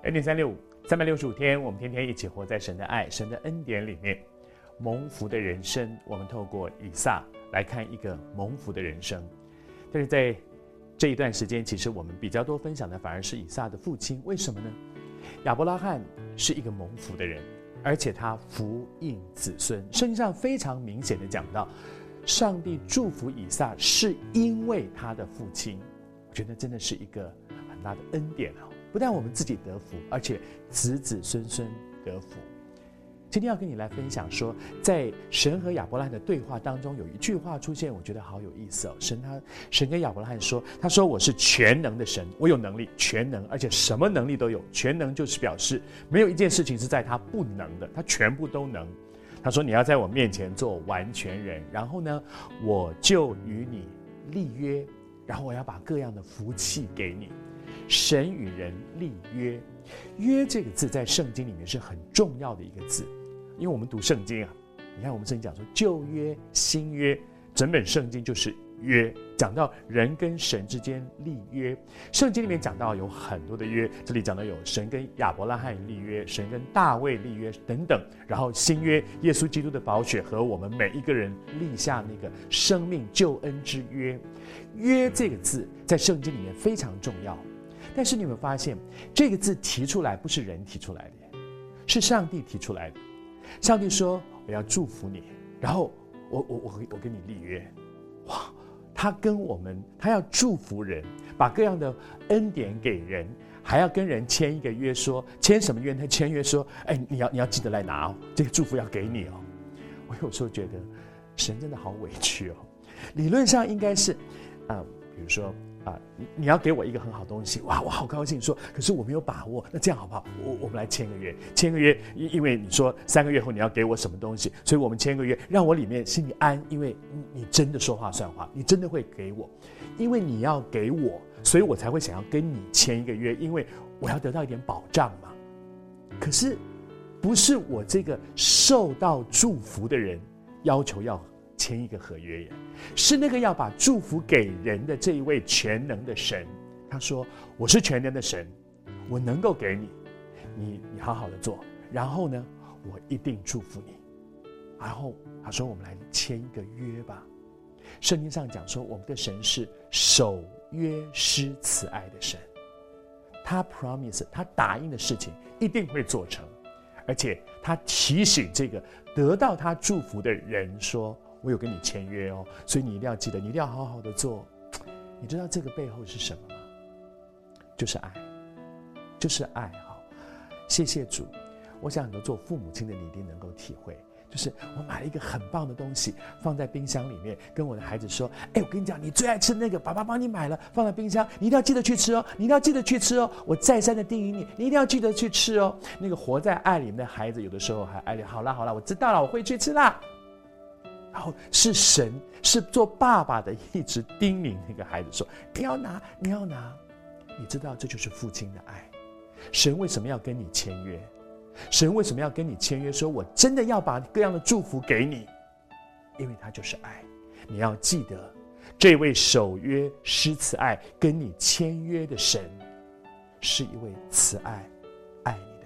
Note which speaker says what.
Speaker 1: AD365，365天，我们天天一起活在神的爱、神的恩典里面。蒙福的人生，我们透过以撒来看一个蒙福的人生。但是在这一段时间，其实我们比较多分享的反而是以撒的父亲。为什么呢？亚伯拉罕是一个蒙福的人，而且他福荫子孙。圣经上非常明显的讲到，上帝祝福以撒是因为他的父亲。我觉得真的是一个很大的恩典啊！不但我们自己得福，而且子子孙孙得福。今天要跟你来分享说，在神和亚伯拉罕的对话当中，有一句话出现，我觉得好有意思哦。神跟亚伯拉罕说，他说我是全能的神，我有能力，全能，而且什么能力都有。全能就是表示没有一件事情是在他不能的，他全部都能。他说你要在我面前做完全人，然后呢，我就与你立约，然后我要把各样的福气给你。神与人立约，约这个字在圣经里面是很重要的一个字，因为我们读圣经啊，你看我们圣经讲说旧约、新约，整本圣经就是约，讲到人跟神之间立约。圣经里面讲到有很多的约，这里讲到有神跟亚伯拉罕立约，神跟大卫立约等等，然后新约耶稣基督的宝血和我们每一个人立下那个生命救恩之约。约这个字在圣经里面非常重要，但是你有没有发现，这个字提出来不是人提出来的，是上帝提出来的。上帝说我要祝福你，然后我跟你立约。哇，他要祝福人，把各样的恩典给人，还要跟人签一个约，说签什么约？他签约说，你要记得来拿哦，这个祝福要给你哦。我有时候觉得神真的好委屈哦。理论上应该是，比如说你要给我一个很好的东西，哇，我好高兴，说可是我没有把握，那这样好不好？我们来签个约，签个约，因为你说3个月后你要给我什么东西，所以我们签个约，让我里面心里安，因为你真的说话算话，你真的会给我，因为你要给我，所以我才会想要跟你签一个约，因为我要得到一点保障嘛。可是不是我这个受到祝福的人要求要签一个合约耶，是那个要把祝福给人的这一位全能的神。他说我是全能的神，我能够给你，你好好的做，然后呢，我一定祝福你。然后他说我们来签一个约吧。圣经上讲说我们的神是守约施慈爱的神，他 promise 他答应的事情一定会做成，而且他提醒这个得到他祝福的人说，我有跟你签约哦，所以你一定要记得，你一定要好好的做。你知道这个背后是什么吗？就是爱，就是爱。好，谢谢主。我想很多做父母亲的你一定能够体会，就是我买了一个很棒的东西放在冰箱里面，跟我的孩子说，我跟你讲，你最爱吃那个，爸爸帮你买了，放在冰箱，你一定要记得去吃哦，你一定要记得去吃哦，我再三的叮咛你，你一定要记得去吃哦。那个活在爱里面的孩子，有的时候还爱里，好啦，我知道了，我会去吃啦。然后是神，是做爸爸的一直叮咛那个孩子说，你要拿，你要拿。你知道这就是父亲的爱。神为什么要跟你签约？神为什么要跟你签约，说我真的要把各样的祝福给你？因为他就是爱。你要记得，这位守约施慈爱跟你签约的神，是一位慈爱爱你